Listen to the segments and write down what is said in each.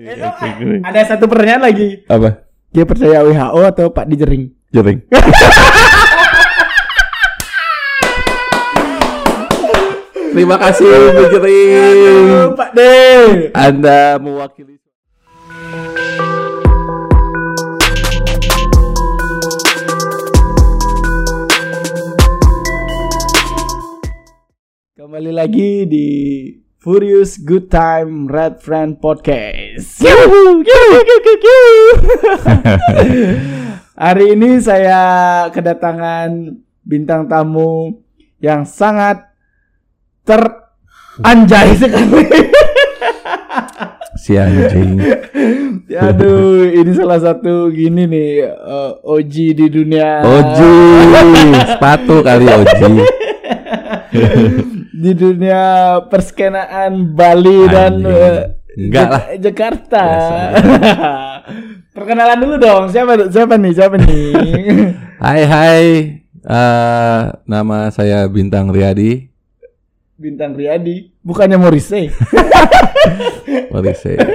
Ada satu pertanyaan lagi. Apa? Dia percaya WHO atau Pak Dijering? Jering. Terima kasih Bu Jering. Pak D. Anda mewakili. Kembali lagi di Furious Good Time Red Friend Podcast. Hari ini saya kedatangan bintang tamu yang sangat teranjay sekali. Si anjing. Aduh, ini salah satu gini nih OG di dunia. OG, sepatu kali OG. Di dunia perskenaan Bali dan enggak lah. Jakarta. Perkenalan dulu dong. Siapa nih? Hai. Nama saya Bintang Riyadi. Bintang Riyadi, bukannya Morrissey. Morrissey.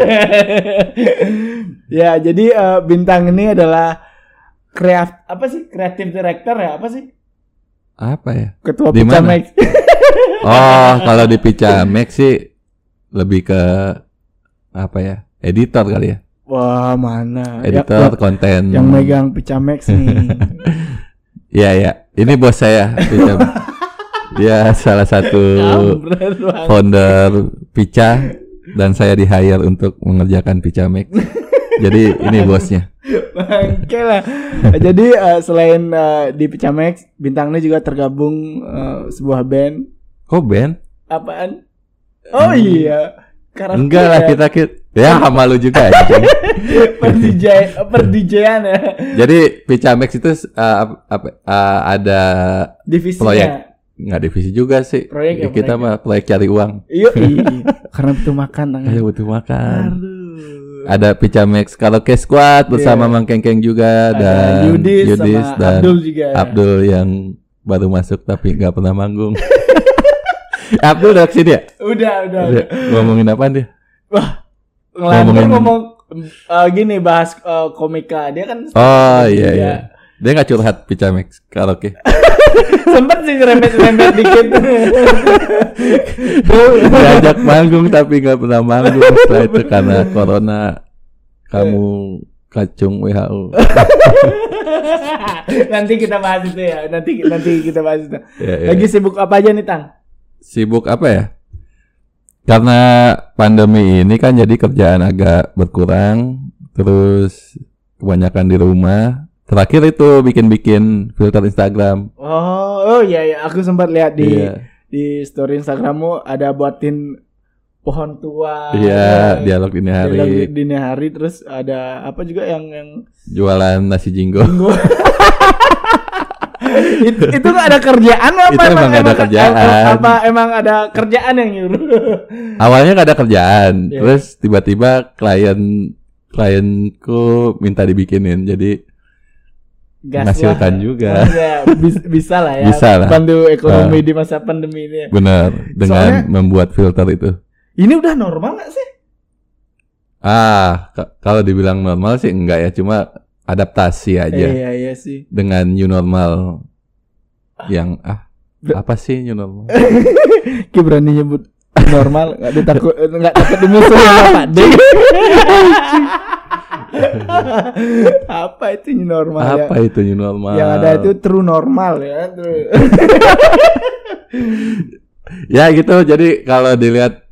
Ya, jadi Bintang ini adalah kreatif director ya? Apa sih? Apa ya? Ketua Di mana? Picamex. Oh, kalau di Picamex sih lebih ke apa ya? Editor kali ya. Wah, mana? Editor konten. Yang megang Picamex nih. Iya. Ini bos saya. Dia salah satu founder Pica dan saya di-hire untuk mengerjakan Picamex. Jadi ini bosnya. Bangke lah. Jadi selain di Picamex, Bintang ini juga tergabung sebuah band. Kok band? Apaan? Oh iya. Karaoke. Enggak lah kita ya sama lu juga anjing. Perdijayan ya. Jadi Picamex itu ada divisinya. Proyek. Nggak divisi juga sih. Proyek kita mah proyek cari uang. Iya. Karena butuh makan tangan. Iya butuh makan. Ada Picamex Karaoke Squad bersama Mang Kengkeng juga dan Yudis dan Abdul juga. Abdul yang baru masuk tapi nggak pernah manggung. Abdul udah kesini ya? Udah. Ngomongin apa dia? Wah, ngomong gini bahas komika. Dia kan iya. Dia nggak curhat Picamex Karaoke. Sempet sih ngerembet dikit. Diajak manggung tapi nggak pernah manggung. Setelah itu karena corona kamu kacung WHO. Nanti kita bahas itu ya. Nanti kita bahas itu. Ya. Lagi sibuk apa aja nih, Tang? Sibuk apa ya? Karena pandemi ini kan jadi kerjaan agak berkurang. Terus kebanyakan di rumah. Terakhir itu bikin filter Instagram. Oh iya, aku sempat lihat di story Instagrammu ada buatin pohon tua. Iya, dialog dini hari terus ada apa juga yang jualan nasi jinggo. itu ada kerjaan apa? Itu emang ada kerjaan. Emang ada kerjaan yang nyuruh? Awalnya nggak ada kerjaan, terus tiba-tiba klienku minta dibikinin, jadi menghasilkan juga. Bisa lah ya. Bisa lah. Bantu ekonomi di masa pandemi ini. Benar. Dengan membuat filter itu. Ini udah normal nggak sih? Kalau dibilang normal sih enggak ya, cuma adaptasi aja. Iya sih. Dengan new normal yang apa sih new normal? Ki berani nyebut normal, nggak takut dimusuhin sama Pak D. Apa itu new normal? Apa itu new normal? Yang ada itu true normal ya. Ya gitu. Jadi kalau dilihat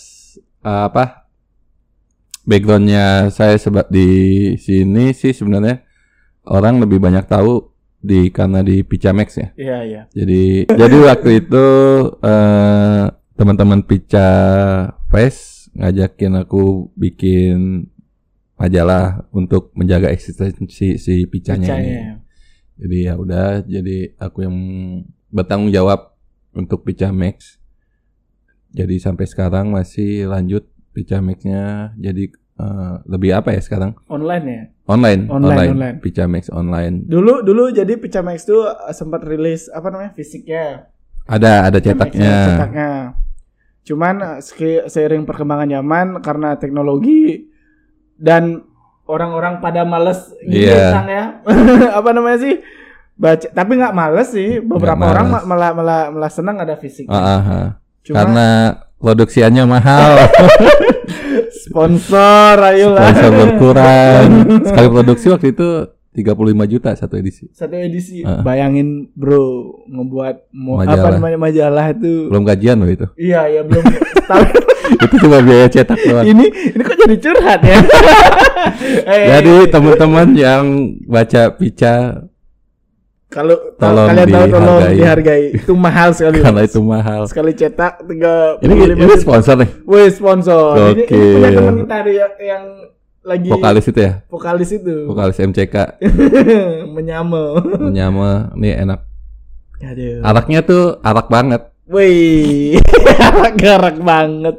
backgroundnya saya di sini sih sebenarnya orang lebih banyak tahu karena di Picamex ya. Iya. Jadi waktu itu teman-teman Pica Fest ngajakin aku bikin majalah untuk menjaga eksistensi si Picanya ini. Jadi ya udah, jadi aku yang bertanggung jawab untuk Picamex. Jadi sampai sekarang masih lanjut Picamex-nya. Jadi lebih apa ya sekarang? Online ya? Online. Picamex online. Dulu jadi Picamex tuh sempat rilis fisiknya. Ada cetaknya. Cuman seiring perkembangan zaman karena teknologi dan orang-orang pada males Iya. Tang ya. Apa namanya sih? Baca, tapi nggak males sih. Beberapa Nggak orang males. malah senang ada fisik. Cuma Karena produksiannya mahal, sponsor, ayolah. sponsor berkurang. Sekali produksi waktu itu 35 juta satu edisi. Satu edisi. Bayangin bro, ngebuat Majalah. apa namanya majalah itu. Belum gajian loh itu. Iya belum. Itu cuma biaya cetak doang. ini kok jadi curhat ya. Jadi teman-teman yang baca Pica, kalau tolong kalian tahu tolong dihargai. dihargai. Itu mahal sekali. karena Mas. itu mahal. Sekali cetak 35 Ini sponsor nih. Wih sponsor. Ini punya Gokil. teman kita ada yang lagi Vokalis itu ya? vokalis itu. Vokalis MCK. Menyama. Menyama, nih enak. Aduh. Araknya tuh arak banget. Wih, garak banget.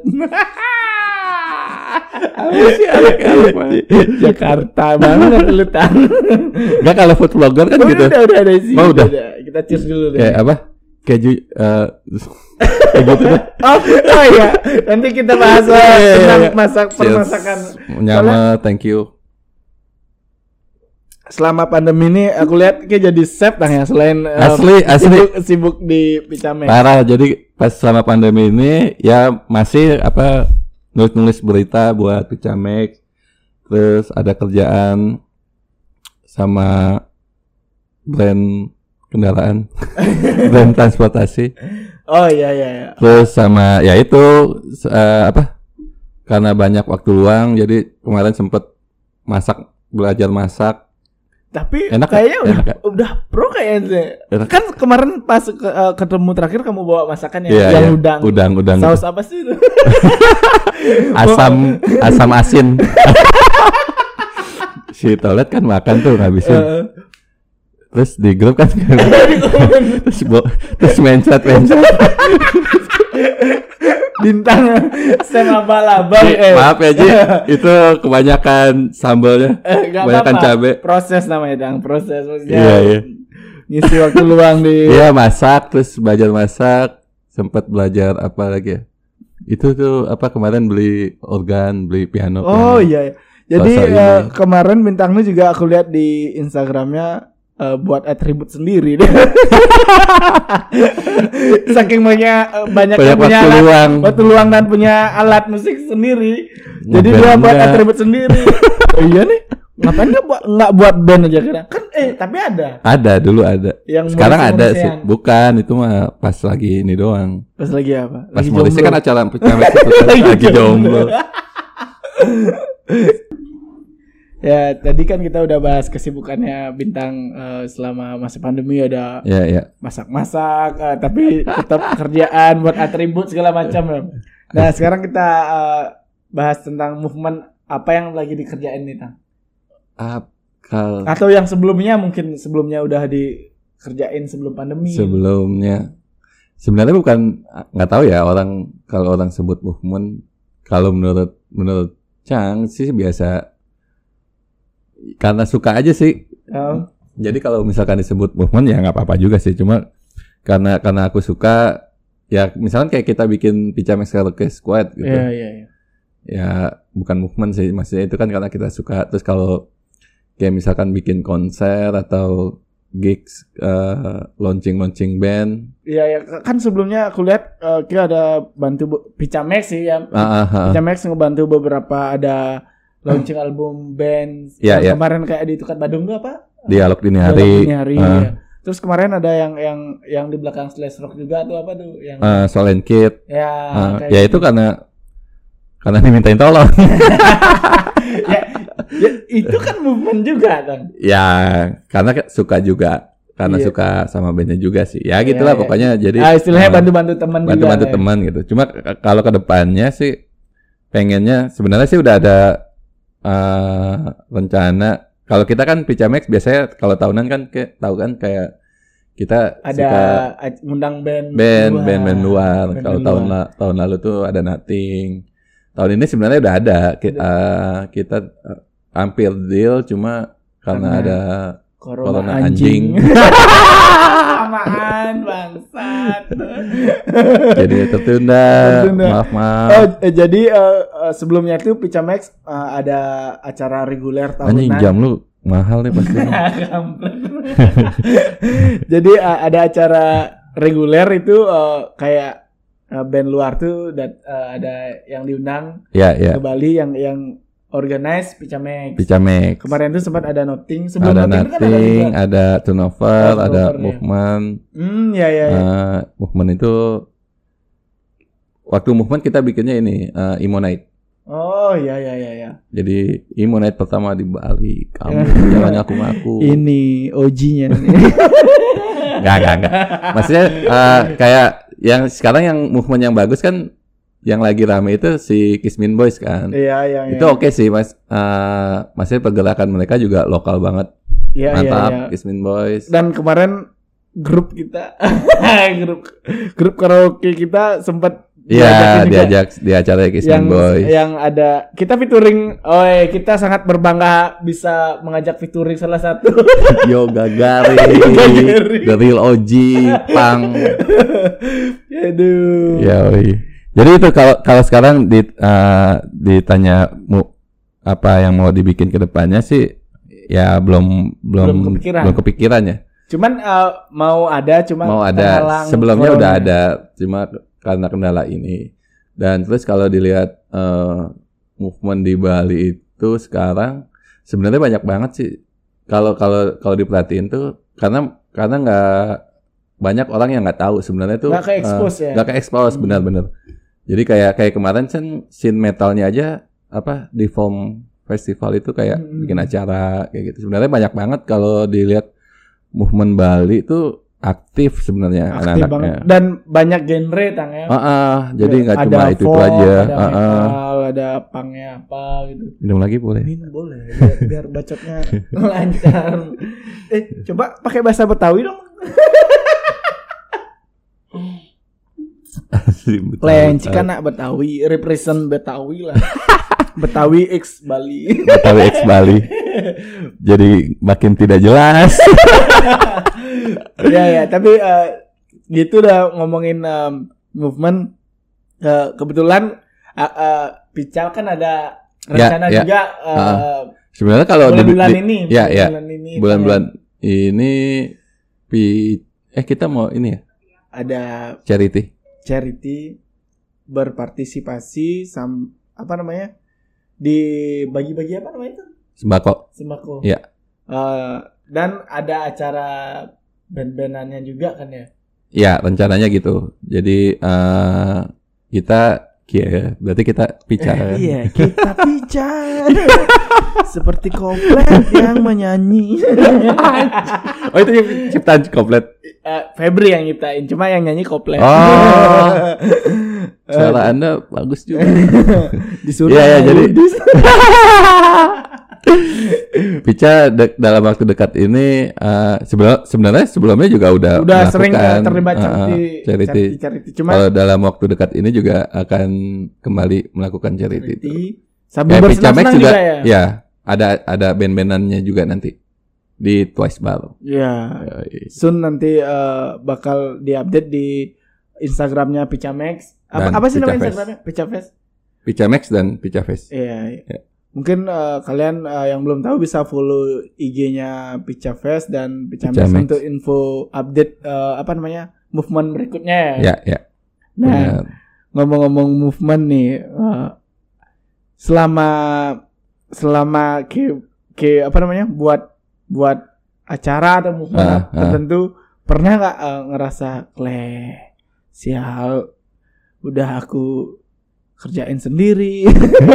Jakarta banget lu Tang. Enggak, kalau food blogger kan gitu. Udah ada sih. Oh, udah. Kita cheers dulu deh. Kayak apa? Keju kayak gitu deh. Oh iya, nanti kita bahas tentang masak permasakan. Menyama, thank you. Selama pandemi ini aku lihat kayak jadi chef Tang ya, selain Asli. sibuk di Picamek. Parah. Jadi pas selama pandemi ini ya masih apa nulis berita buat Picamek. Terus ada kerjaan sama brand kendaraan, brand transportasi. Oh iya. Terus sama ya itu apa? Karena banyak waktu luang, jadi kemarin sempet belajar masak. Tapi Enak kayaknya gak? udah pro kayaknya. Enak. Kan kemarin pas ketemu terakhir kamu bawa masakan Iya, yang iya. udang. Udang. Saus apa sih itu? Asam asin. Si Tolet kan makan tuh ngabisin. Terus di grup kan terus mindset. Bintang Sam abal-abal. Maaf ya Ji, itu kebanyakan sambalnya, kebanyakan cabe. Proses namanya Dang, proses maksudnya. Iya. Ngisi waktu luang di. Iya, masak, terus belajar masak, sempat belajar apa lagi ya? Itu tuh apa kemarin beli organ, beli piano. Oh iya. Jadi Bahasa ini. kemarin Bintangnya juga aku lihat di Instagramnya buat atribut sendiri. Saking banyak punya waktu luang. waktu luang dan punya alat musik sendiri. Jadi Ngeband dia buat enggak. atribut sendiri. Oh iya nih. Ngapain nggak buat band aja kira? Kan tapi ada. Ada dulu ada. Yang Sekarang ada Morrissey. sih. Bukan, itu mah pas lagi ini doang. Pas lagi apa? Pas Lagi Morrissey jomblo. kan acara Picamek itu kan lagi jomblo. Ya tadi kan kita udah bahas kesibukannya Bintang selama masa pandemi, ada Iya. masak-masak, tapi tetap kerjaan buat atribut segala macam. Nah sekarang kita bahas tentang movement apa yang lagi dikerjain nih Tang. Atau yang mungkin sebelumnya udah dikerjain sebelum pandemi. Sebelumnya sebenarnya bukan, nggak tahu ya kalau orang sebut movement. Kalau menurut Chang sih biasa, karena suka aja sih. Jadi kalau misalkan disebut movement ya nggak apa-apa juga sih. Cuma karena aku suka, ya misalkan kayak kita bikin Picamek Karaoke Squad gitu. Iya. Ya bukan movement sih, maksudnya itu kan karena kita suka. Terus kalau kayak misalkan bikin konser atau gigs, launching band. Iya, kan sebelumnya aku lihat kita ada bantu Picamek sih ya. Picamek ngebantu beberapa, ada launching album band. Iya. Kemarin kayak di Tukat Badung tuh apa? Dialog Dini Dialog Hari. Dini Hari. Ya. Terus kemarin ada yang di belakang Slash Rock juga tuh apa tuh yang Solen Kid. ya kayak Ya itu karena dimintain tolong. ya itu kan movement juga kan. Ya karena suka juga, karena Iya. suka sama bandnya juga sih. Ya gitulah Iya. pokoknya. Jadi Istilahnya bantu-bantu teman juga. bantu ya. teman gitu. Cuma kalau ke depannya sih pengennya sebenarnya sih udah ada rencana. Kalau kita kan Picamek biasanya kalau tahunan kan kayak kita Ada suka ngundang band luar. Band Kalau luar. tahun lalu tuh ada Nothing. Tahun ini sebenarnya udah ada. Kita hampir deal, cuma karena ada Corona anjing. Samaan bangsat. Jadi tertunda. Maaf. Oh, jadi sebelumnya itu Picamex ada acara reguler tahunan. Anjing jam lu mahal nih pasti. Jadi ada acara reguler itu kayak band luar tuh dan ada yang diundang ke Bali yang organize Picamex. Kemarin tuh sempat ada Nothing. Sebelum ada Nothing kan ada Turnover, ada Movement. Movement itu waktu Movement kita bikinnya ini Emo Night. Oh iya. Jadi Emo Night pertama di Bali. Kamu jangan ngaku-ngaku. Ini OG-nya. Enggak. Maksudnya kayak yang sekarang yang movement yang bagus kan yang lagi rame itu si Kismin Boys kan. Iya. Itu oke sih Mas. Maksudnya pergerakan mereka juga lokal banget. Mantap. Kismin Boys. Dan kemarin grup kita grup karaoke kita sempat diajak di acara Kismin Boys. Yang ada kita featuring. Kita sangat berbangga bisa mengajak featuring salah satu Yoga Gari, The Real OG, Pang. Aduh. Ya, jadi itu kalau sekarang ditanya apa yang mau dibikin ke depannya sih ya belum kepikiran ya. Cuman mau ada. Sebelumnya udah ada, cuma karena kendala ini. Dan terus kalau dilihat movement di Bali itu sekarang sebenarnya banyak banget sih. Kalau diperhatiin tuh karena nggak banyak orang yang nggak tahu sebenarnya tuh. Nggak ke-expose ya. Nggak ke-expose benar-benar. Jadi kayak kemarin kan scene metalnya aja di Form Festival itu kayak bikin acara kayak gitu. Sebenarnya banyak banget kalau dilihat movement Bali itu aktif sebenarnya anak-anaknya. Dan banyak genre Tang ya. Jadi nggak cuma itu Ada aja. metal, ada punknya apa gitu. Minum lagi boleh? Minum boleh. Biar bacotnya lancar. Coba pakai bahasa Betawi dong. Lenci kan nak Betawi, represent Betawi lah. Betawi X Bali. Jadi makin tidak jelas. Ya, tapi gitu udah ngomongin movement. Kebetulan Pical kan ada rencana juga. Sebenarnya kalau bulan ini. Bulan-bulan ini kita mau ini ya. Ada charity berpartisipasi dibagi-bagi apa namanya itu? Sembako. Iya. Dan ada acara band-bandannya juga kan ya? Iya, rencananya gitu. Jadi berarti kita bicara. Iya, kita bicara. Seperti Komplet yang menyanyi. Oh, itu yang ciptaan Komplet. Febri yang nyiptain, cuma yang nyanyi Komplet. Oh. Suara Anda bagus juga. Disuruh. Iya, jadi Pica dalam waktu dekat ini sebenarnya sebelumnya juga udah sering terlibat charity. Cuma kalau dalam waktu dekat ini juga akan kembali melakukan charity. Sambil bersenang-senang juga ya. Ya, ada band-bandannya juga nanti di Twice Bar. Ya. Soon nanti bakal diupdate di Instagramnya Picamex. Apa sih nama Instagramnya? Picamex dan Picafest. Iya. Mungkin kalian yang belum tahu bisa follow IG-nya Picafest dan Picamex untuk info update movement berikutnya. Ya. Nah, ngomong-ngomong movement nih, selama buat acara atau movement tertentu pernah nggak ngerasa sial udah aku kerjain sendiri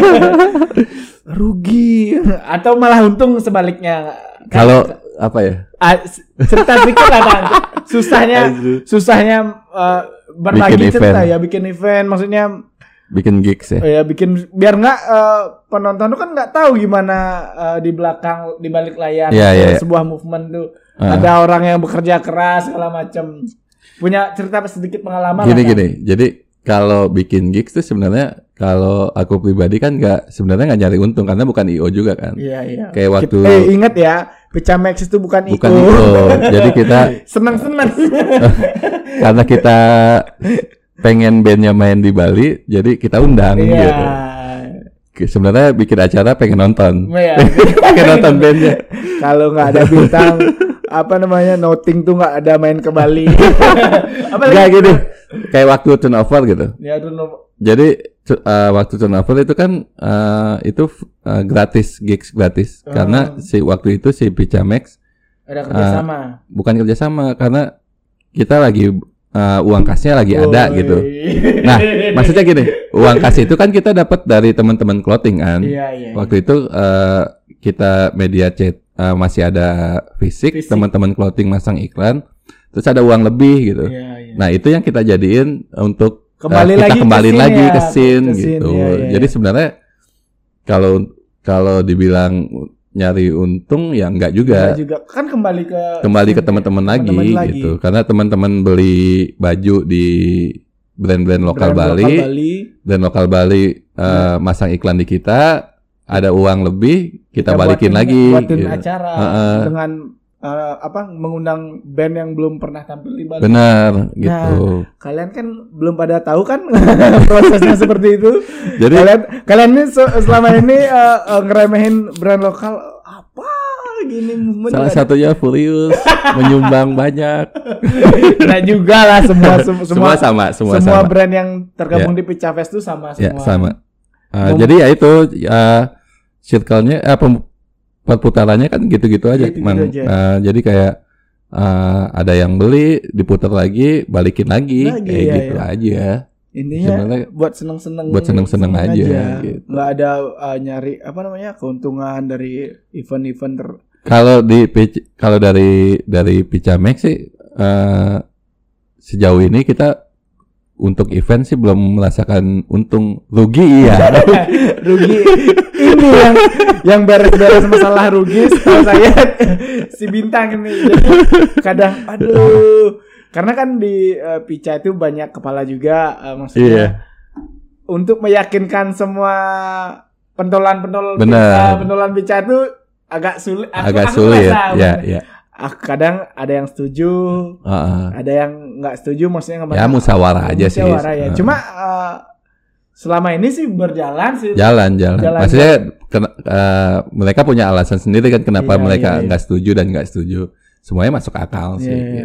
rugi atau malah untung sebaliknya? Kalau apa ya? Cerita sedikit lah kan. Susahnya berbagi cerita ya, bikin event maksudnya bikin gigs ya. Ya bikin biar nggak penonton tuh kan nggak tahu gimana di belakang di balik layar sebuah movement tuh ada orang yang bekerja keras segala macam. Punya cerita sedikit pengalaman gini. Jadi kalau bikin gigs tuh sebenarnya kalau aku pribadi kan sebenarnya nggak nyari untung karena bukan IO juga kan. Iya. Kayak waktu ingat ya, Picamex itu bukan IO. Jadi kita senang-senang. Karena kita pengen bandnya main di Bali, jadi kita undang gitu. Sebenarnya bikin acara pengen nonton. Pengen nonton bandnya. Kalau nggak ada bintang, noting tuh nggak ada main ke Bali. Nggak gitu. Kayak waktu turnover gitu. Ya turnover. Jadi waktu turnover itu kan gratis, gigs gratis. Karena waktu itu si Picamex ada kerjasama. Bukan kerjasama karena kita lagi uang kasnya lagi ada gitu. Nah, maksudnya gini, uang kas itu kan kita dapat dari teman-teman clothing kan. Iya. Waktu itu kita media chat masih ada fisik. Teman-teman clothing masang iklan, terus ada uang lebih gitu. Iya. Nah, itu yang kita jadiin untuk kembali lagi ke scene gitu. Iya. Jadi sebenarnya kalau dibilang nyari untung ya enggak juga. Kan kembali ke teman-teman lagi gitu. Karena teman-teman beli baju di brand-brand lokal Bali. Brand lokal Bali masang iklan di kita, ada uang lebih, kita balikin lagi buatin gitu. Acara dengan mengundang band yang belum pernah tampil di Bali. Benar gitu. Nah, kalian kan belum pada tahu kan prosesnya seperti itu. Jadi kalian ini selama ini ngeremehin brand lokal apa gini movement. Salah satunya Furious menyumbang banyak. Nah juga lah semua sama. Brand yang tergabung di Pica Fest itu sama semua. Ya, sama. Jadi ya itu circle-nya perputarannya kan gitu-gitu aja, jadi kayak ada yang beli, diputar lagi, balikin lagi kayak gitu aja. Intinya sebenarnya buat seneng-seneng aja. Gitu. Nggak ada nyari keuntungan dari event-event kalau dari Picamex sih sejauh ini kita untuk event sih belum merasakan untung. Rugi rugi ini yang beres-beres masalah rugi setahu saya si Bintang ini. Jadi kadang karena kan di Pica itu banyak kepala juga, maksudnya untuk meyakinkan semua pentolan Pica itu agak sulit. Ya. Kadang ada yang setuju, ada yang nggak setuju, maksudnya ya musyawarah aja sih. Ya. Cuma selama ini sih berjalan sih. Jalan. Maksudnya mereka punya alasan sendiri kan kenapa mereka nggak setuju dan nggak setuju. Semuanya masuk akal sih.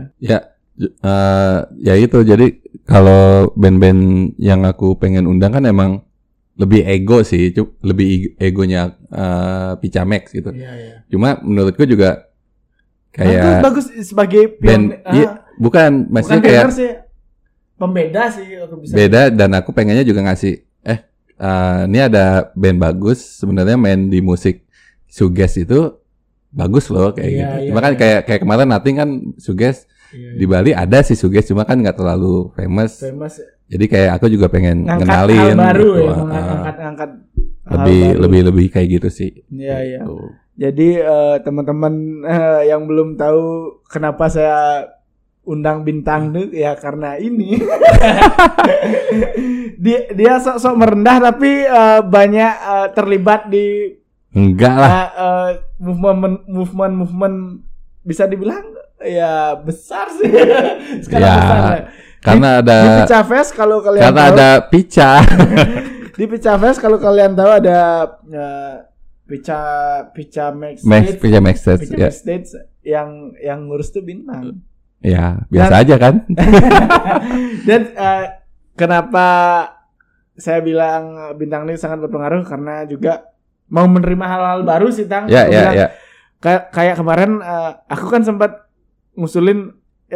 Ya itu. Jadi kalau band-band yang aku pengen undang kan emang lebih ego sih, lebih egonya Picamex gitu. Cuma menurutku juga kayak bagus sebagai band, bukan maksudnya kayak pembeda sih aku bisa beda. Dan aku pengennya juga ngasih ini ada band bagus sebenarnya main di musik shoegaze itu bagus loh kayak gitu. Cuma kan kayak kemarin Nothing kan shoegaze di Bali ada sih shoegaze, cuma kan nggak terlalu famous. Jadi kayak aku juga pengen ngenalin baru gitu. Ngangkat lebih kayak gitu sih. Iya. Jadi teman-teman yang belum tahu kenapa saya undang Bintang tuh ya karena ini dia sok-sok merendah tapi banyak terlibat di enggak lah movement bisa dibilang ya besar sih. Sekarang besar. Karena ada di Pica Fest kalau kalian karena tahu, ada Pica. Di Pica Fest kalau kalian tahu ada Pica Max Stage yang ngurus tuh Bintang. Ya, biasa aja kan. Dan kenapa saya bilang Bintang ini sangat berpengaruh karena juga mau menerima hal-hal baru sih, Tang. Ya. Kayak kemarin aku kan sempat ngusulin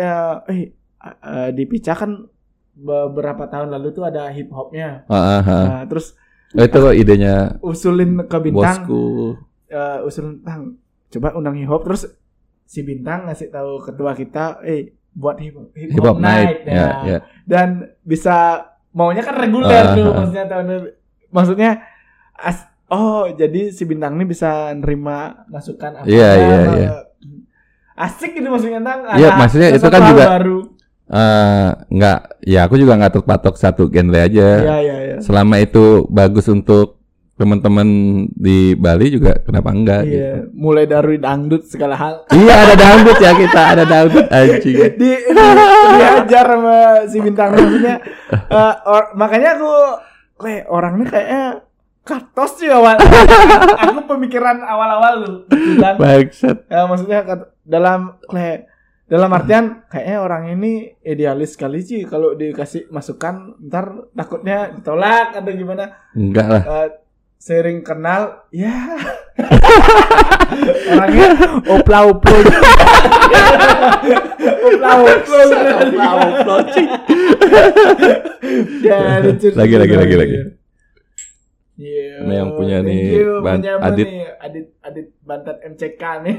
di Pica kan beberapa tahun lalu tuh ada hip hopnya. Nah, terus itu idenya usulin ke Bintang. Bosku. Usulin Tang, coba undang hip hop. Terus si Bintang ngasih tahu ketua kita, buat hip hop night. Ya. Dan bisa maunya kan reguler tuh maksudnya jadi si Bintang ini bisa nerima masukan apa. Iya. Asik gitu maksudnya, Tang. Iya, maksudnya itu kan juga baru. ya aku juga nggak terpatok satu genre aja. Iya. Selama itu bagus untuk teman-teman di Bali juga kenapa enggak gitu. Mulai dari dangdut segala hal. Iya, ada dangdut ya, kita ada dangdut anjing. Diajar sama si Bintang maksudnya. Makanya aku orangnya kayaknya kartos sih awal. Aku pemikiran awal-awal lu. Bangsat. Ya, maksudnya dalam artian kayaknya orang ini idealis sekali sih, kalau dikasih masukan ntar takutnya ditolak atau gimana. Enggak lah. Sering kenal ya. Orangnya opla-oplo. Opla-oplo. Ya, lagi. Yeah. Ini yang punya nih Adit Bantat MCK nih.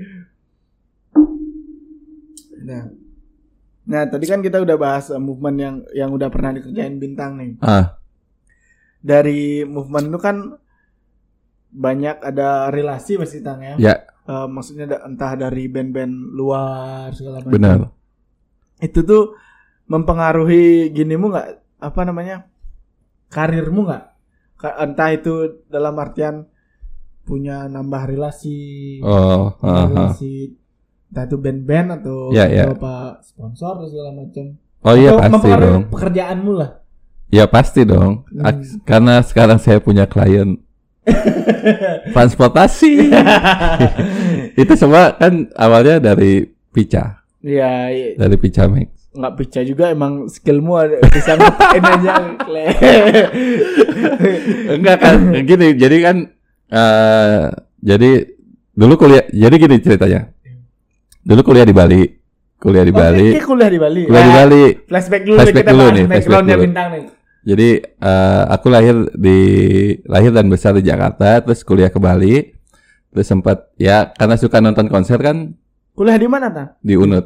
Nah, tadi kan kita udah bahas movement yang udah pernah dikerjain Bintang nih. Dari movement itu kan banyak ada relasi pasti Tang ya. Ya. Maksudnya entah dari band-band luar segala macam. Benar. Itu tuh mempengaruhi ginimu nggak? Apa namanya? Karirmu nggak? Entah itu dalam artian punya nambah relasi. Relasi. Entah itu band-band atau apa sponsor atau segala macam. Oh iya, pasti dong. Pekerjaanmu lah. Ya pasti dong. Karena sekarang saya punya klien transportasi. Itu semua kan awalnya dari Pica. Iya. Dari Pica Max. Nggak Pica juga, emang skillmu ada bisa ngapain aja. Enggak kan gini. Jadi kan jadi dulu kuliah. Jadi gini ceritanya. Dulu kuliah di Bali. Kuliah di Bali. Flashback dulu nih. Backgroundnya Bintang nih. Jadi aku lahir dan besar di Jakarta, terus kuliah ke Bali, terus sempat ya karena suka nonton konser kan. Kuliah di mana Tang? Di UNUD.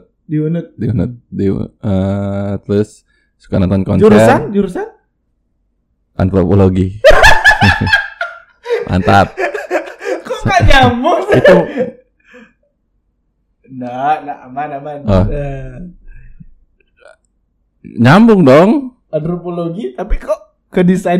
Terus suka nonton konser. Jurusan? Antropologi. Mantap. Kok gak nyambung? Itu Nah, aman. Nyambung dong. Antropologi, tapi kok ke desain?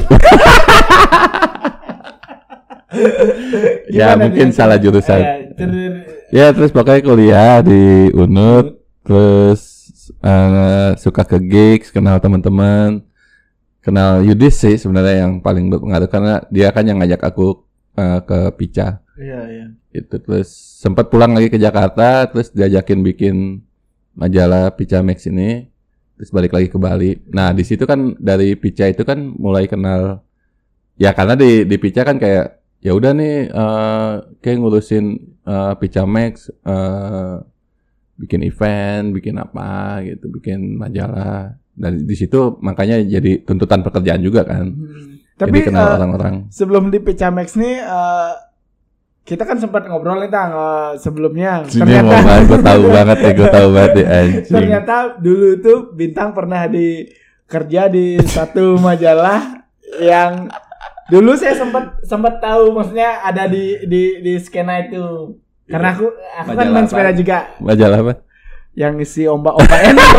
Ya mungkin salah jurusan. Ya terus pokoknya kuliah di UNUD, terus suka ke gigs, kenal teman-teman, kenal Yudis sih sebenarnya yang paling berpengaruh karena dia kan yang ngajak aku ke Pica. Iya. Itu terus sempat pulang lagi ke Jakarta, terus diajakin bikin majalah Pica Max ini. Terus balik lagi ke Bali. Nah di situ kan dari Pica itu kan mulai kenal. Ya karena di Pica kan kayak ya udah nih kayak ngurusin Pica Max, bikin event, bikin apa gitu, bikin majalah. Dan di situ makanya jadi tuntutan pekerjaan juga kan. Tapi jadi kenal orang-orang. Sebelum di Pica Max nih kita kan sempat ngobrol nih Tang sebelumnya. Ternyata gue tahu banget nih anjing. Ternyata dulu tuh Bintang pernah kerja di satu majalah yang dulu saya sempat tahu, maksudnya ada di skena itu. Karena aku kan main sepeda juga. Majalah apa? Yang isi ombak-ombak enak.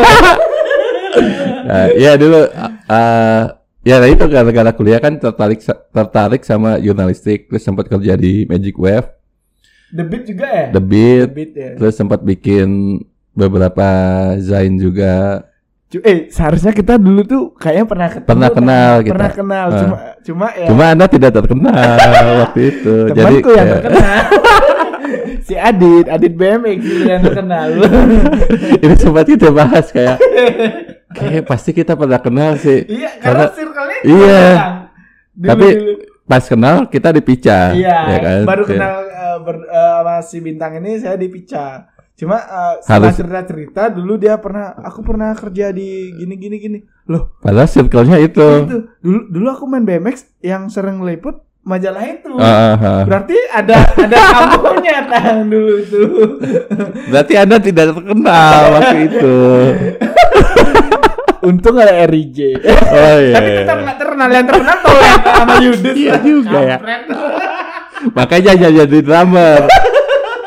Iya dulu ya itu gara-gara kuliah kan tertarik sama jurnalistik, terus sempat kerja di Magic Wave. The Beat juga ya? The Beat ya. Terus sempat bikin beberapa zain juga. Seharusnya kita dulu tuh kayaknya pernah kenal. Cuma Anda tidak terkenal waktu itu. Temanku yang terkenal. Si Adit BMX yang terkenal. Ini sempat kita bahas kayak pasti kita pernah kenal sih. Iya, karena circle-nya iya. Tapi pas kenal kita di Pica. Iya, ya kan? Baru kenal sama si Bintang ini saya di Pica. Cuma setelah cerita dulu aku pernah kerja di gini. Loh, padahal circle-nya itu. Dulu aku main BMX yang sering ngeliput majalah itu. Berarti ada kamunya Tang dulu itu. Berarti Anda tidak terkenal waktu itu. Untung ada RIJ. Oh iya. Tapi tetap nggak terkenal, yang terkenal Tolet sama Yudis. Iya juga ya. Makanya jadi drummer.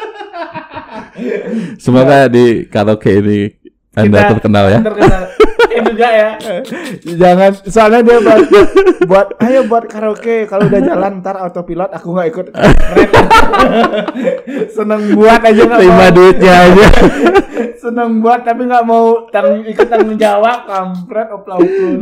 Semoga di karaoke ini Anda terkenal ya. juga ya. Jangan, soalnya dia buat karaoke. Kalau udah jalan ntar autopilot aku nggak ikut. Seneng buat aja nggak terima duitnya aja. Seneng buat tapi nggak mau ikut tanggung jawab. Kampret opla-oplun.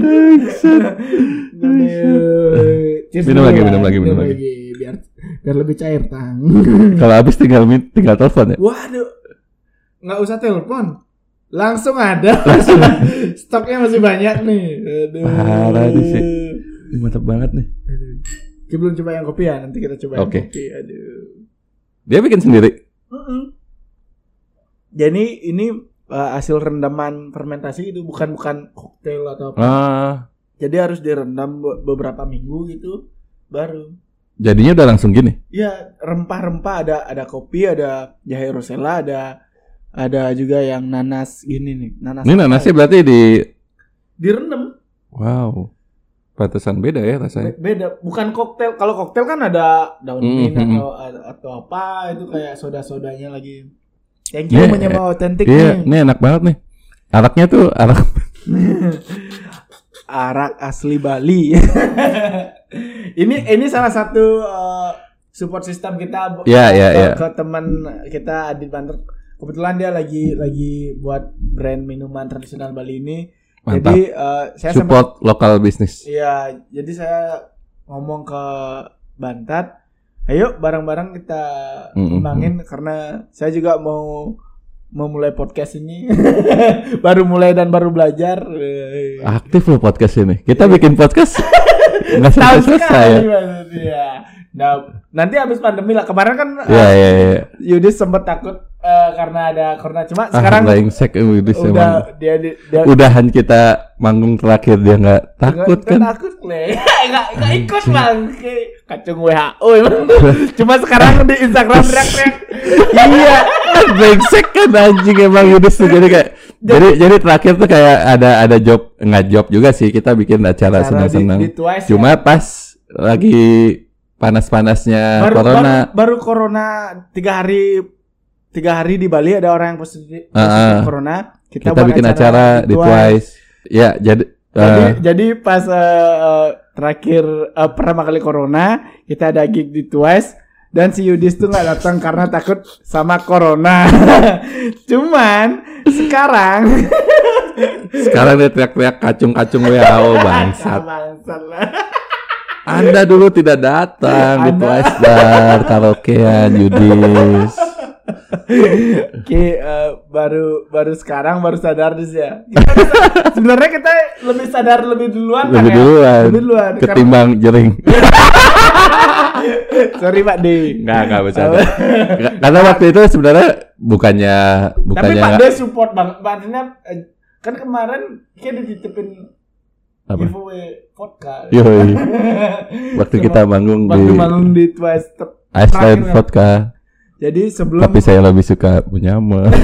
Minum lagi biar lebih cair tang. Kalau habis tinggal telepon ya. Waduh, nggak usah telepon, langsung ada. Stoknya masih banyak nih. Aduh. Parah sih. Ini mantap banget nih. Kita belum coba yang kopi ya, nanti kita coba yang kopi. Aduh. Dia bikin sendiri. Jadi ini hasil rendaman fermentasi itu bukan koktail atau apa. Jadi harus direndam beberapa minggu gitu baru. Jadinya udah langsung gini? Iya, rempah-rempah ada kopi, ada jahe rosella, ada juga yang nanas gini nih. Ini nanasnya berarti direndam. Wow. Pantesan beda ya rasanya. Beda, bukan koktail. Kalau koktail kan ada daun mint atau apa itu kayak soda-sodanya lagi. Thank you menyebut otentik nih. Ini enak banget nih. Araknya tuh arak arak asli Bali. Ini salah satu support system kita ke teman kita Adit Banter. Kebetulan dia lagi buat brand minuman tradisional Bali ini. Mantap. Jadi saya support lokal bisnis. Iya, jadi saya ngomong ke Bantat, ayo bareng-bareng kita kembangin karena saya juga mau memulai podcast ini. Baru mulai dan baru belajar. Aktif loh podcast ini. Kita bikin podcast nggak selesai ya. Nah, nanti habis pandemi lah. Kemarin kan Yudis sempat takut karena ada corona. Cuma sekarang Yudis udah dia udahan kita manggung terakhir dia nggak takut kan? Takut nggak ikut bang. Kacung WHO emang. Cuma sekarang di Instagram teriak-teriak. Iya. Brengsek kan anjing emang Yudis tuh. Jadi terakhir tuh kayak ada nggak job juga sih, kita bikin acara senang-senang. Cuma pas lagi panas-panasnya corona. Baru corona 3 hari di Bali ada orang yang positif corona. Kita bikin acara di Twice. Ya jadi pas terakhir pertama kali corona kita ada gig di Twice. Dan si Yudis tuh nggak datang karena takut sama corona. Cuman sekarang dia teriak-teriak kacung-kacung WHO bangsat. Anda dulu tidak datang di Twice Bar karaokean Yudis. Oke, baru sekarang baru sadar dis ya. Sebenarnya kita lebih sadar lebih duluan. Ketimbang Jering. Sorry Pak D. Enggak bercanda. Karena waktu itu sebenarnya bukannya. Tapi Pak D support banget. Maksudnya kan kemarin kita dititipin giveaway vodka. Yoi. Waktu kita manggung di Twice Iceland vodka. Jadi sebelum. Tapi saya lebih suka punya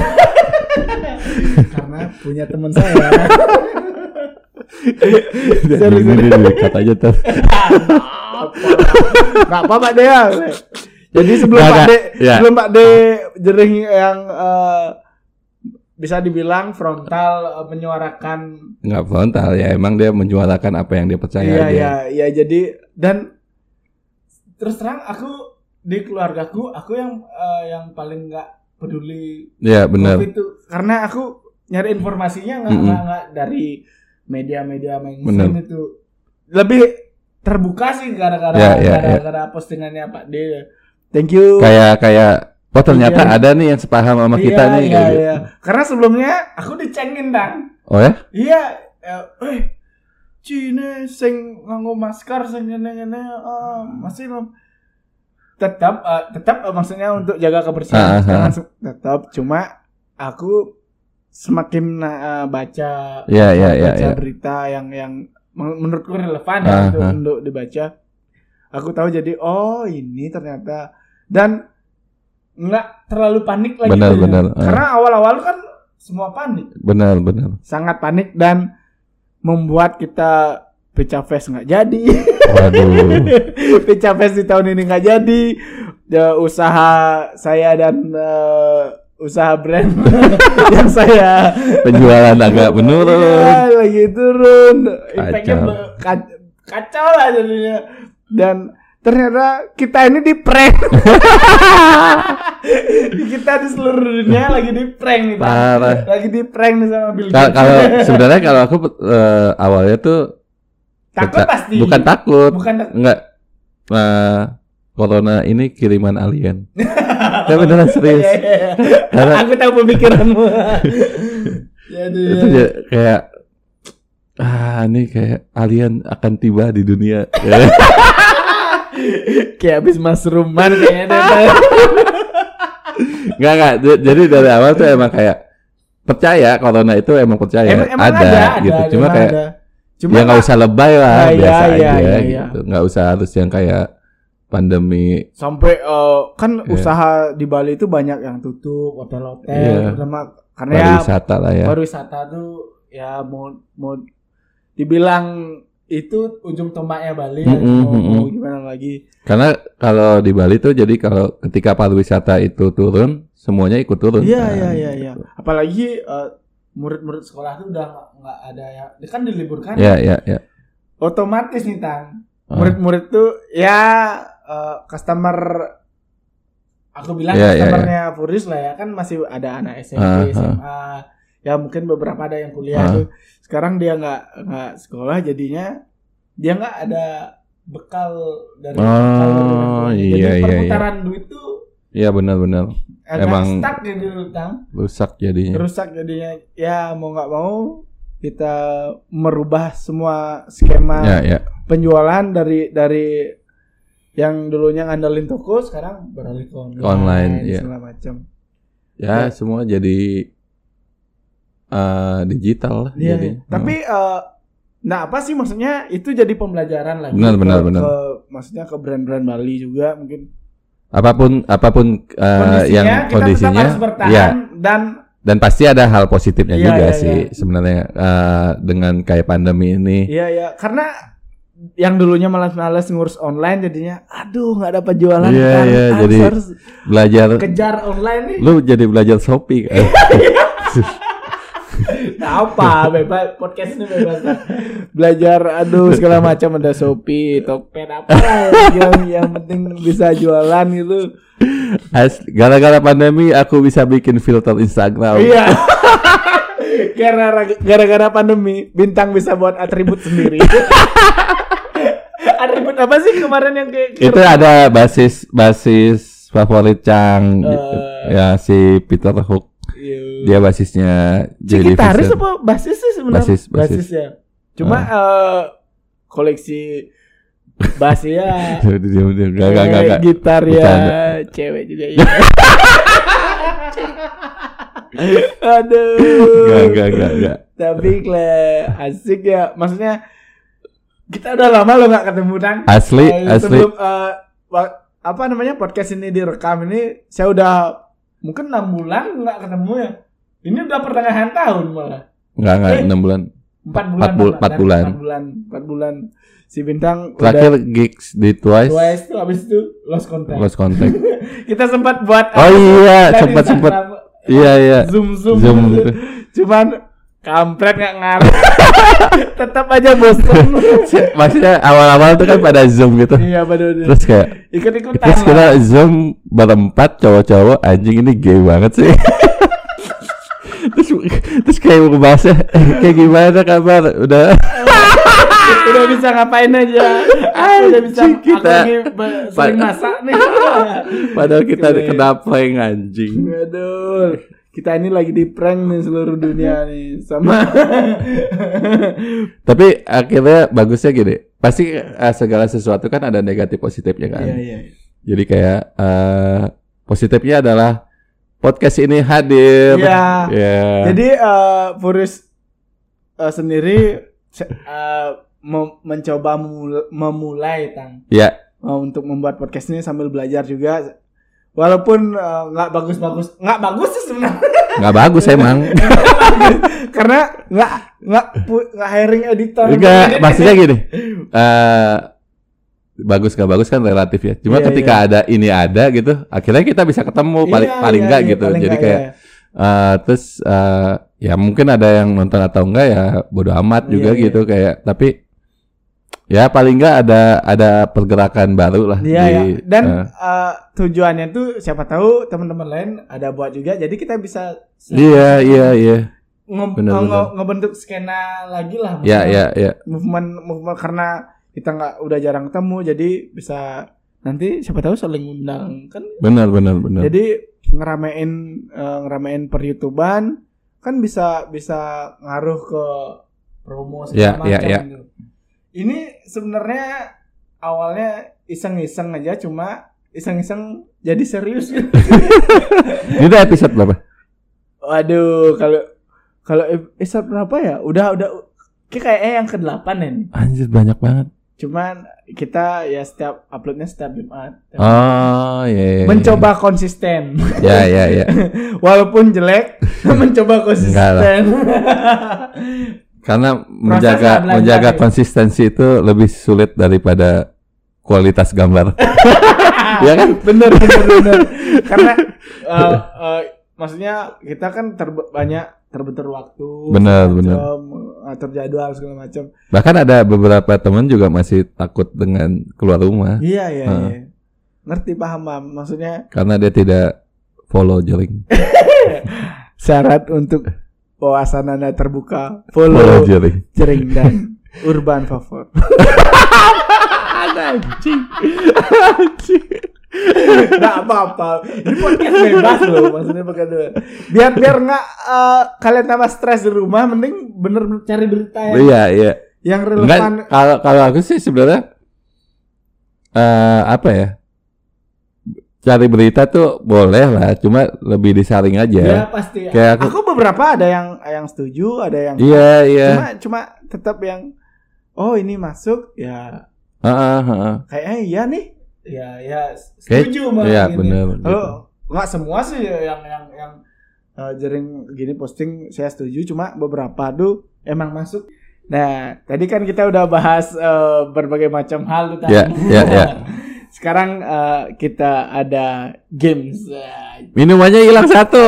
karena punya teman saya. Ini kata aja tuh. Gak apa-apa deh ya. Jadi sebelum Pak D Jering yang bisa dibilang frontal menyuarakan. Nggak frontal ya, emang dia menyuarakan apa yang dia percaya. Iya jadi dan terus terang aku di keluargaku aku yang paling nggak peduli. Iya benar. Itu karena aku nyari informasinya nggak dari media-media mainstream itu lebih terbuka sih gara-gara postingannya Pak D. Thank you. Kayak ternyata ada nih yang sepaham sama kita nih. Iya. Karena sebelumnya aku dicengin Bang. Oh ya? Iya. Cine sing nganggo masker sing ngene-ngene masih tetap maksudnya untuk jaga kebersihan tetap cuma aku semakin baca berita yang menurutku relevan untuk dibaca. Aku tahu jadi ini ternyata dan nggak terlalu panik lagi. Benar. Karena awal-awal kan semua panik. Benar. Sangat panik dan membuat kita Pecah Fest nggak jadi. Waduh. Pecah Fest di tahun ini nggak jadi. Usaha saya dan usaha brand yang saya penjualan agak menurun. Ya, lagi turun. Impactnya kacau lah jadinya. Dan ternyata kita ini di prank. Kita di seluruh dunia lagi di prank nih. Lagi di prank nih sama Bill Gates. Kalau sebenarnya kalau aku awalnya tuh takut pasti. Bukan takut. Enggak. Corona ini kiriman alien. Ya beneran serius. Karena aku tahu pemikiranmu. Jadi kayak ini kayak alien akan tiba di dunia. Kayak habis mushrooman kayaknya. Enggak. Jadi dari awal tuh emang kayak percaya corona itu emang percaya. Emang ada gitu. Cuma kayak ya nggak usah lebay lah, biasa aja gitu. Nggak usah harus yang kayak pandemi. Sampai kan usaha di Bali itu banyak yang tutup, hotel-hotel, terutama karena pariwisata lah ya. Pariwisata tuh ya mau dibilang itu ujung tombaknya Bali mau gimana lagi. Karena kalau di Bali tuh jadi kalau ketika pariwisata itu turun, semuanya ikut turun. Iya. Apalagi murid-murid sekolah tuh udah nggak ada ya, kan diliburkan. Iya. Otomatis nih Tang, murid-murid tuh ya customer, aku bilang customernya Furious lah ya, kan masih ada anak SMP, SMA. Ya mungkin beberapa ada yang kuliah tuh. Sekarang dia nggak sekolah, jadinya dia nggak ada bekal dari jadi perputaran duit tuh. Iya benar. Emang stuck jadi utang. Rusak jadinya. Ya mau nggak mau kita merubah semua skema penjualan dari yang dulunya ngandelin toko, sekarang beralih ke online segala macam. Ya semua jadi digital lah. Jadi. Tapi apa sih maksudnya itu jadi pembelajaran lagi. Benar. Maksudnya ke brand-brand Bali juga mungkin. Apapun yang kondisinya, harus bertahan dan pasti ada hal positifnya juga sih sebenarnya dengan kayak pandemi ini. Iya, karena yang dulunya malas-malas ngurus online jadinya nggak dapat jualan. Iya, jadi harus belajar kejar online nih. Lu jadi belajar Shopee kan. Apa bebas podcast ini bebas belajar segala macam, ada Shopee, Tokped apa yang penting bisa jualan gitu. Gara-gara pandemi aku bisa bikin filter Instagram. Iya. Gara-gara pandemi Bintang bisa buat atribut sendiri. Atribut apa sih kemarin yang kayak itu ada basis favorit Chang ya si Peter Hook. Dia basisnya jadi gitaris apa basis sih sebenarnya? Basis ya. Cuma koleksi bass ya. Gak. Gitar ya, cewek juga ya. Aduh. Gak. Tapi asik ya. Maksudnya kita udah lama lo gak ketemu Tang. Asli. Sebelum podcast ini direkam ini, saya udah mungkin 6 bulan nggak ketemu ya. Ini udah pertengahan tahun malah. Nggak 6 bulan. 4 bulan. Si Bintang terakhir gigs di Twice tuh habis itu lost contact. Kita sempat buat sempat. Iya. Zoom. Cuman kampret nggak ngaruh. Tetap aja bosan. Maksudnya awal-awal tuh kan pada Zoom gitu. Iya benar. Terus kayak ikut-ikutan. Terus kita Zoom berempat cowok-cowok, anjing ini gay banget sih. terus kayak mau bahasnya kayak gimana kabar? Udah bisa ngapain aja. Udah bisa kita sering masak nih. Padahal kita kena prank anjing. Aduh. Kita ini lagi di prank nih seluruh dunia nih sama. Tapi akhirnya bagusnya gini. Pasti segala sesuatu kan ada negatif positifnya kan. Iya. Jadi kayak positifnya adalah podcast ini hadir. Iya. Jadi Furious sendiri mencoba memulai Tang. Iya. Untuk membuat podcast ini sambil belajar juga. Walaupun nggak bagus sih sebenarnya. Nggak bagus emang. Karena nggak hiring editor. Enggak, maksudnya gini. bagus gak bagus kan relatif ya. Cuma ketika ada gitu, akhirnya kita bisa ketemu paling enggak gitu. Jadi kayak terus ya mungkin ada yang nonton atau enggak ya bodo amat juga gitu kayak. Tapi ya paling enggak ada pergerakan baru lah. Iya. Dan tujuannya tuh siapa tahu teman-teman lain ada buat juga. Jadi kita bisa Iya. Ngebentuk skena lagi lah. Iya. Movement karena kita udah jarang ketemu, jadi bisa nanti siapa tahu saling undang kan. Benar. Jadi ngeramein per YouTubean kan bisa ngaruh ke promo segala macam gitu. Ini sebenarnya awalnya iseng-iseng aja, cuma iseng-iseng jadi serius gitu. Ini episode berapa? Waduh, kalau episode berapa ya? Udah kayaknya yang ke-8 ini. Anjir banyak banget. Cuman kita ya setiap uploadnya setiap Jumat. Oh iya. Mencoba konsisten. Ya. Walaupun jelek, mencoba konsisten. Karena menjaga konsistensi itu lebih sulit daripada kualitas gambar. Ya kan? Bener. Karena maksudnya kita kan terbentur waktu, benar, atur jadwal segala macam. Bahkan ada beberapa teman juga masih takut dengan keluar rumah. Iya. Ngerti, paham. Maksudnya karena dia tidak follow Jering. Syarat untuk wawasan Anda terbuka, follow Jering dan Urban Favor. Anjing. Nggak apa-apa. Ini podcast bebas loh, maksudnya bukan biar nggak kalian tambah stres di rumah, mending bener cari berita yang relevan. Kalau aku sih sebenarnya apa ya, cari berita tuh boleh lah, cuma lebih disaring aja. Ya pasti. Kayak aku beberapa ada yang setuju, ada yang cuma tetap yang ini masuk ya. Kayaknya iya nih. Ya setuju mah. Iya benar. Kalau nggak semua sih yang Jering gini posting saya setuju, cuma beberapa tuh emang masuk. Nah tadi kan kita udah bahas berbagai macam hal tuh tadi. Iya. Sekarang kita ada games. Minumannya hilang satu.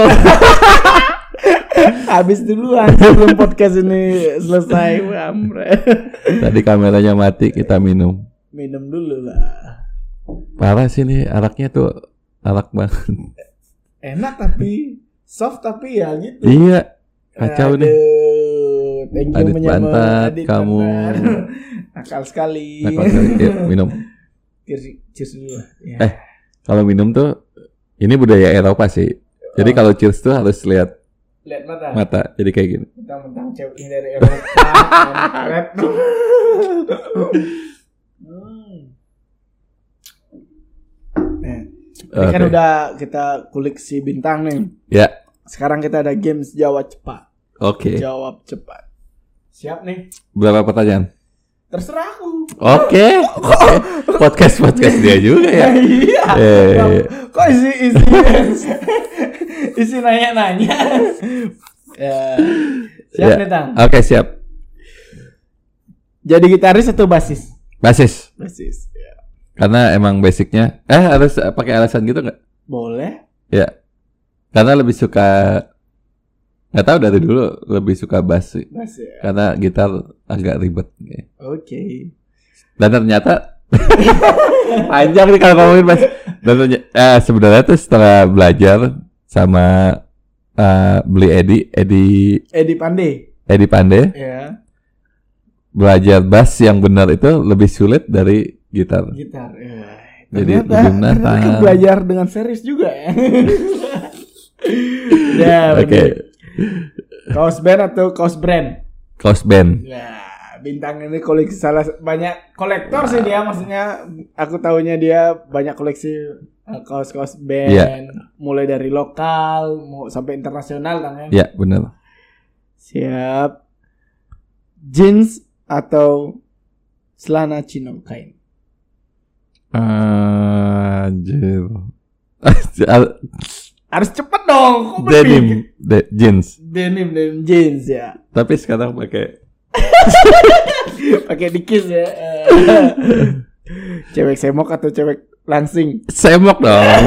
Habis duluan sebelum podcast ini selesai. Tadi kameranya mati, kita minum dulu lah. Parah sih nih, araknya tuh arak banget. Enak tapi soft tapi ya gitu. Iya, kacau nih. Thank you Pantat kamu. Nakal sekali. Yuk, minum. Cheers dulu. Ya. Kalau minum tuh ini budaya Eropa sih. Jadi kalau cheers tuh harus lihat mata. Jadi kayak gini. Mentang-mentang cewek dari Eropa. Ini kan udah kita kulik si bintang nih. Ya. Sekarang kita ada games jawab cepat. Oke. Jawab cepat. Siap nih. Berapa pertanyaan? Terserah aku. Oke. Podcast dia juga ya. Iya. Kok isi nanya-nanya. Siap nih Tang. Oke, siap. Jadi gitaris atau basis? Basis. Ya. Karena emang basicnya harus pakai alasan gitu nggak? Boleh. Ya. Karena lebih suka, nggak tahu dari dulu lebih suka bass sih. Bass ya. Karena gitar agak ribet. Oke. Dan ternyata panjang nih kalau ngomongin bass. Dan sebenarnya tuh setelah belajar sama beli Edi Pandey. Ya. Belajar bass yang benar itu lebih sulit dari gitar. Jadi ternyata belajar dengan serius juga ya. Oke. Kaos band atau kaos brand? Kaos band. Ya, bintang ini koleksi banyak kolektor sih dia, maksudnya aku tahunya dia banyak koleksi kaos-kaos band, mulai dari lokal sampai internasional kan ya. Iya, benar. Siap. Jeans atau celana chino kain? Anjir. Harus cepet dong. Denim jeans ya. Tapi sekarang pakai pakai dikis ya. Cewek semok atau cewek langsing? Semok dong.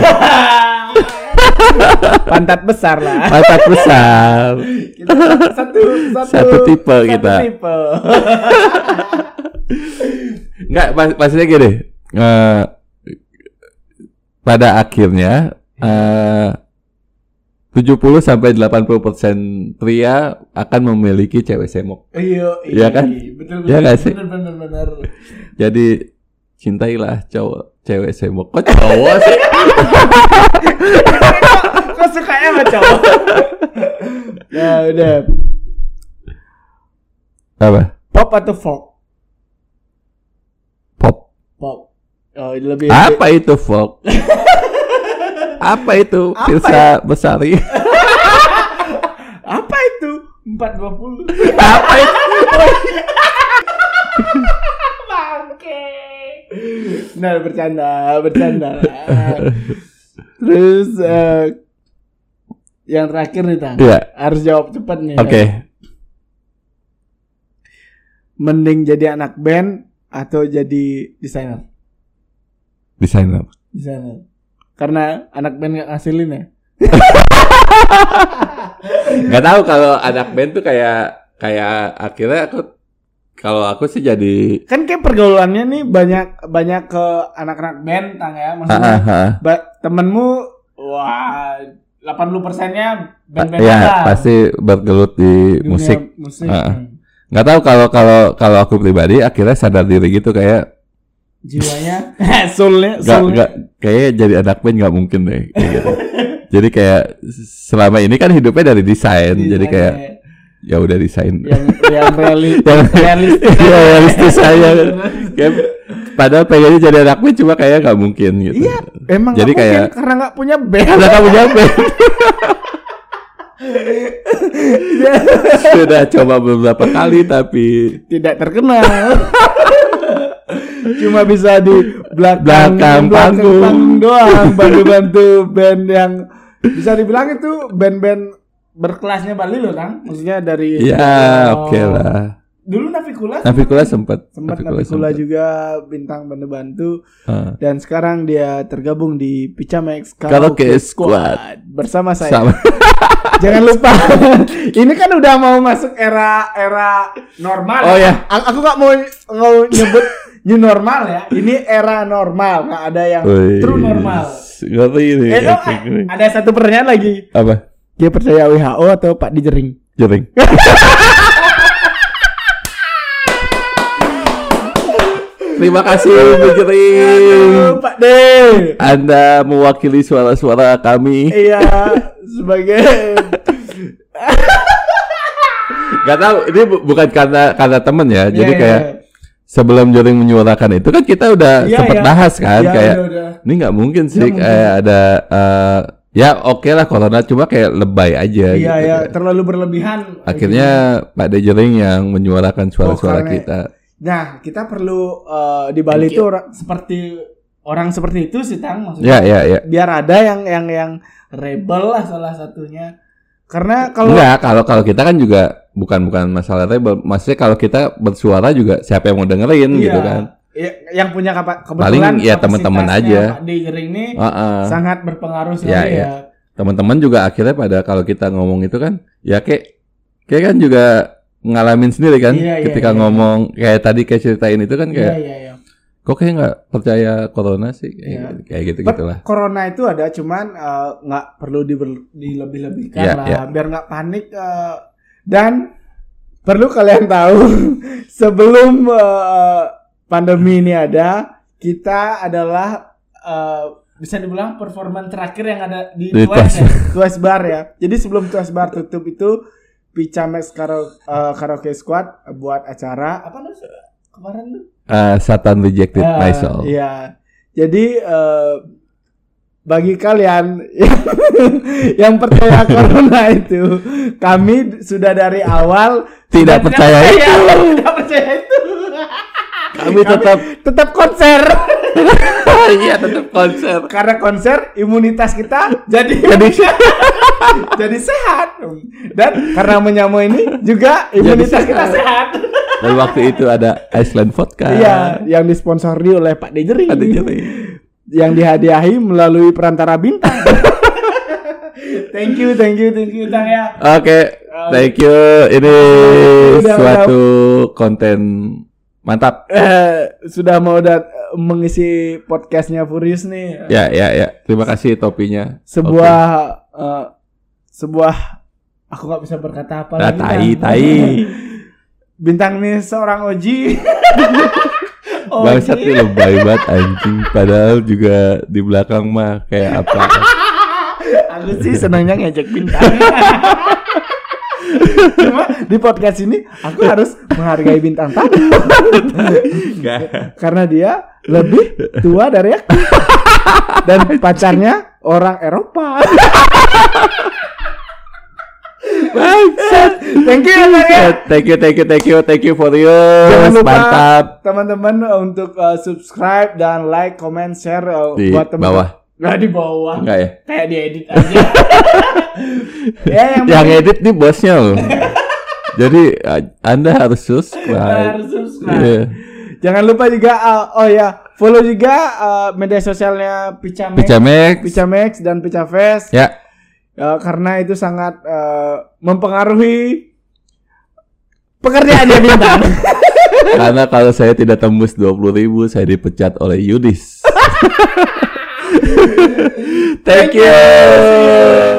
Pantat besar lah. Pantat besar. Kita satu tipe kita. Tipe. Enggak, maksudnya gini. Pada akhirnya 70-80% pria akan memiliki cewek semok. Iya kan? Betul. Iya nggak sih? Benar. Jadi cintailah cewek semok. Kok cowok sih? Kok sukanya sama cowok? Ya udah. Apa? Pop atau folk? Pop. Oh, lebih. Apa itu folk? Apa itu Firsa Besari? Apa itu 420? Apa itu? Bangke. Nah, bercanda. Terus yang terakhir nih, Tang. Iya. Harus jawab cepat nih. Oke. Mending jadi anak band atau jadi desainer? Desainer. Karena anak band gak ngasilin ya? Gak tahu kalau anak band tuh kayak akhirnya aku sih jadi kan kayak pergaulannya nih banyak ke anak-anak band, Tang ya, maksudnya temenmu wah 80%-nya band-band ya pasti bergelut di musik. Nggak tahu kalau aku pribadi akhirnya sadar diri gitu kayak jiwanya soulnya kayak jadi anak band nggak mungkin deh kayak gitu. Jadi kayak selama ini kan hidupnya dari desain jadi kayak ya udah desain yang realistis saya kayak padahal pengennya jadi anak band cuma kayak nggak mungkin gitu. Iya emang jadi kayak mungkin, karena nggak punya band. Sudah coba beberapa kali tapi tidak terkenal. Cuma bisa di belakang panggung doang, bantu band yang bisa dibilang itu band-band berkelasnya Bali loh, Kang. Maksudnya dari oke lah. Dulu Navikula sempat Navikula juga bintang bantu dan sekarang dia tergabung di Picamex Karaoke Squad bersama saya. Jangan lupa, ini kan udah mau masuk era normal. Oh ya. Aku nggak mau nyebut new normal ya. Ini era normal, nggak ada yang true normal. Ngerti ini. Ada satu pertanyaan lagi. Apa? Dia percaya WHO atau Pak Dijering? Jering. Terima kasih Bu Jering. Pak D. Anda mewakili suara-suara kami. Iya, sebagai Gak tahu, ini bukan karena temen ya. Jadi kayak sebelum Jering menyuarakan itu kan kita udah sempat bahas kan kayak ini nggak mungkin sih kayak ada ya oke lah corona cuma kayak lebay aja gitu. Iya, terlalu berlebihan. Akhirnya Pak D Jering yang menyuarakan suara-suara kita. Nah, kita perlu di Bali itu orang seperti itu sih, Tang, maksudnya. Ya. Biar ada yang rebel lah salah satunya. Karena kalau kita kan juga bukan masalah rebel. Maksudnya kalau kita bersuara juga siapa yang mau dengerin gitu kan. Yang punya kebetulan paling ya teman-teman aja. Pak Dijering ini sangat berpengaruh sekali ya. Teman-teman juga akhirnya pada kalau kita ngomong itu kan ya kayak kan juga ngalamin sendiri kan ketika ngomong kayak tadi kayak ceritain itu kan kayak kok kayak nggak percaya corona sih kayak gitu gitulah. Corona itu ada cuman nggak perlu dilebih-lebihkan lah biar nggak panik dan perlu kalian tahu sebelum pandemi ini ada kita adalah bisa dibilang performan terakhir yang ada di Twice Bar ya. Jadi sebelum Twice Bar tutup itu Picamex Karaoke Squad buat acara apa namanya kemarin tuh? Satan Rejected My Soul. Iya. Jadi bagi kalian yang percaya corona itu, kami sudah dari awal tidak percaya itu. Tidak percaya itu. Kami tetap konser. Iya, tetap konser. Karena konser imunitas kita jadi sehat. Dan karena menyamu ini juga imunitas kita sehat. Dan waktu itu ada Iceland Vodka. Iya, yang disponsori oleh Pak Dejeri. Yang dihadiahi melalui perantara Bintang. Thank you Bintang ya. Oke, thank you. Ini suatu konten mantap. Sudah mau mengisi podcastnya Furious nih. Ya. Terima kasih topinya. Sebuah aku nggak bisa berkata apa lagi. Tai. Bintang nih seorang Oji. Bangsat nih lebay banget anjing. Padahal juga di belakang mah kayak apa. Aku sih senangnya ngejek Bintang. Cuma di podcast ini aku harus menghargai Bintang tamu. Karena dia lebih tua dari aku. Dan pacarnya orang Eropa. Thank you for you. Jangan lupa mantap teman-teman untuk subscribe dan like, comment, share di buat teman. Bawah. Nggak di bawah. Enggak ya? Kayak diedit aja. Yang edit nih bosnya loh. Jadi Anda harus subscribe. Yeah. Jangan lupa juga follow juga media sosialnya Picamex dan Picafest. Ya. Karena itu sangat mempengaruhi pekerjaannya Bintang. Karena kalau saya tidak tembus 20.000 saya dipecat oleh Yudis. Thank you.